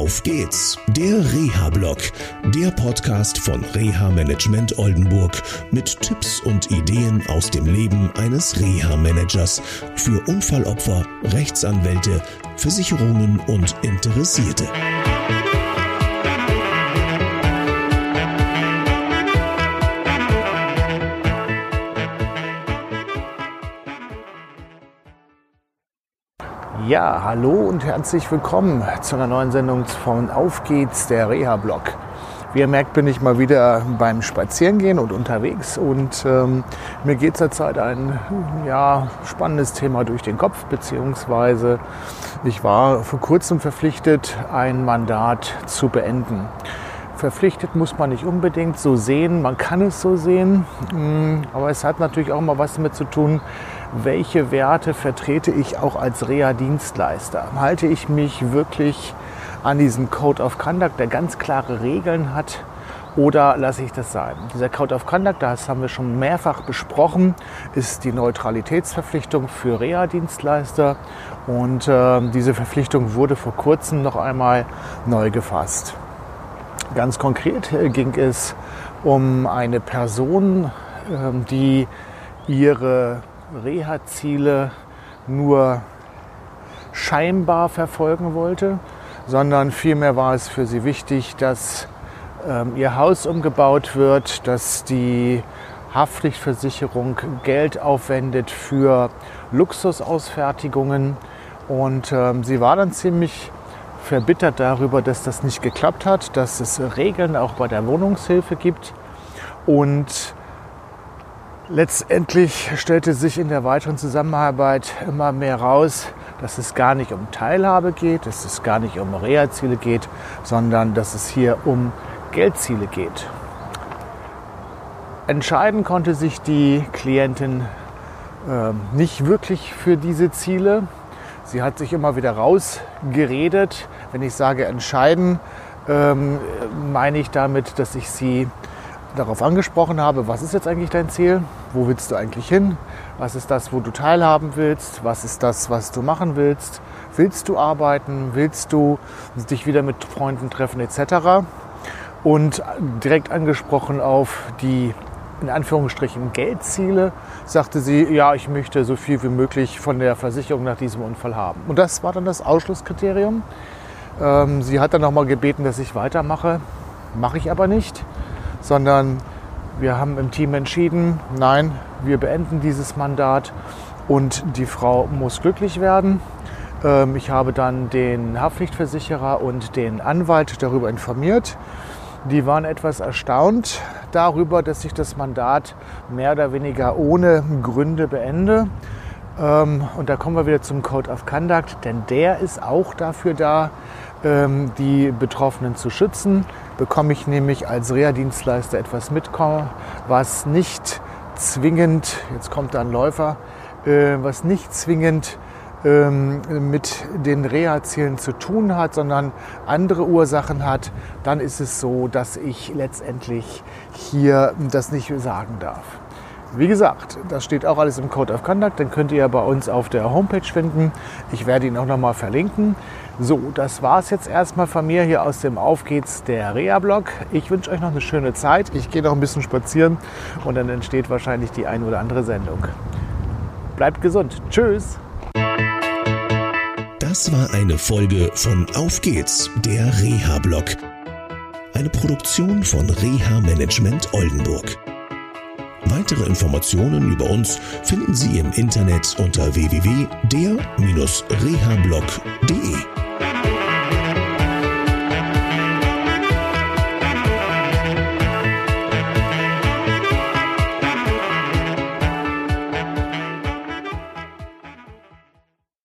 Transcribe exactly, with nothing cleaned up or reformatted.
Auf geht's, der Reha-Blog, der Podcast von Reha Management Oldenburg mit Tipps und Ideen aus dem Leben eines Reha-Managers für Unfallopfer, Rechtsanwälte, Versicherungen und Interessierte. Ja, hallo und herzlich willkommen zu einer neuen Sendung von Auf geht's, der Reha-Blog. Wie ihr merkt, bin ich mal wieder beim Spazierengehen und unterwegs und ähm, mir geht zurzeit ein ja, spannendes Thema durch den Kopf, beziehungsweise ich war vor kurzem verpflichtet, ein Mandat zu beenden. Verpflichtet muss man nicht unbedingt so sehen, man kann es so sehen, aber es hat natürlich auch mal was damit zu tun, welche Werte vertrete ich auch als Reha-Dienstleister. Halte ich mich wirklich an diesen Code of Conduct, der ganz klare Regeln hat, oder lasse ich das sein? Dieser Code of Conduct, das haben wir schon mehrfach besprochen, ist die Neutralitätsverpflichtung für Reha-Dienstleister und äh, diese Verpflichtung wurde vor kurzem noch einmal neu gefasst. Ganz konkret ging es um eine Person, die ihre Reha-Ziele nur scheinbar verfolgen wollte, sondern vielmehr war es für sie wichtig, dass ihr Haus umgebaut wird, dass die Haftpflichtversicherung Geld aufwendet für Luxusausfertigungen und sie war dann ziemlich verbittert darüber, dass das nicht geklappt hat, dass es Regeln auch bei der Wohnungshilfe gibt. Und letztendlich stellte sich in der weiteren Zusammenarbeit immer mehr raus, dass es gar nicht um Teilhabe geht, dass es gar nicht um Reha-Ziele geht, sondern dass es hier um Geldziele geht. Entscheiden konnte sich die Klientin äh, nicht wirklich für diese Ziele. Sie hat sich immer wieder rausgeredet. Wenn ich sage entscheiden, ähm, meine ich damit, dass ich sie darauf angesprochen habe, was ist jetzt eigentlich dein Ziel? Wo willst du eigentlich hin? Was ist das, wo du teilhaben willst? Was ist das, was du machen willst? Willst du arbeiten? Willst du dich wieder mit Freunden treffen et cetera? Und direkt angesprochen auf die in Anführungsstrichen Geldziele, sagte sie, ja, ich möchte so viel wie möglich von der Versicherung nach diesem Unfall haben. Und das war dann das Ausschlusskriterium. Ähm, sie hat dann nochmal gebeten, dass ich weitermache. Mache ich aber nicht, sondern wir haben im Team entschieden, nein, wir beenden dieses Mandat und die Frau muss glücklich werden. Ähm, ich habe dann den Haftpflichtversicherer und den Anwalt darüber informiert. Die waren etwas erstaunt darüber, dass ich das Mandat mehr oder weniger ohne Gründe beende. Und da kommen wir wieder zum Code of Conduct, denn der ist auch dafür da, die Betroffenen zu schützen. Bekomme ich nämlich als Reha-Dienstleister etwas mit, was nicht zwingend, jetzt kommt da ein Läufer, was nicht zwingend mit den Reha-Zielen zu tun hat, sondern andere Ursachen hat, dann ist es so, dass ich letztendlich hier das nicht sagen darf. Wie gesagt, das steht auch alles im Code of Conduct, den könnt ihr bei uns auf der Homepage finden. Ich werde ihn auch nochmal verlinken. So, das war es jetzt erstmal von mir hier aus dem Auf geht's, der Reha-Blog. Ich wünsche euch noch eine schöne Zeit. Ich gehe noch ein bisschen spazieren und dann entsteht wahrscheinlich die eine oder andere Sendung. Bleibt gesund. Tschüss. Das war eine Folge von Auf geht's, der Reha-Blog. Eine Produktion von Reha Management Oldenburg. Weitere Informationen über uns finden Sie im Internet unter w w w punkt der Bindestrich reha blog punkt de.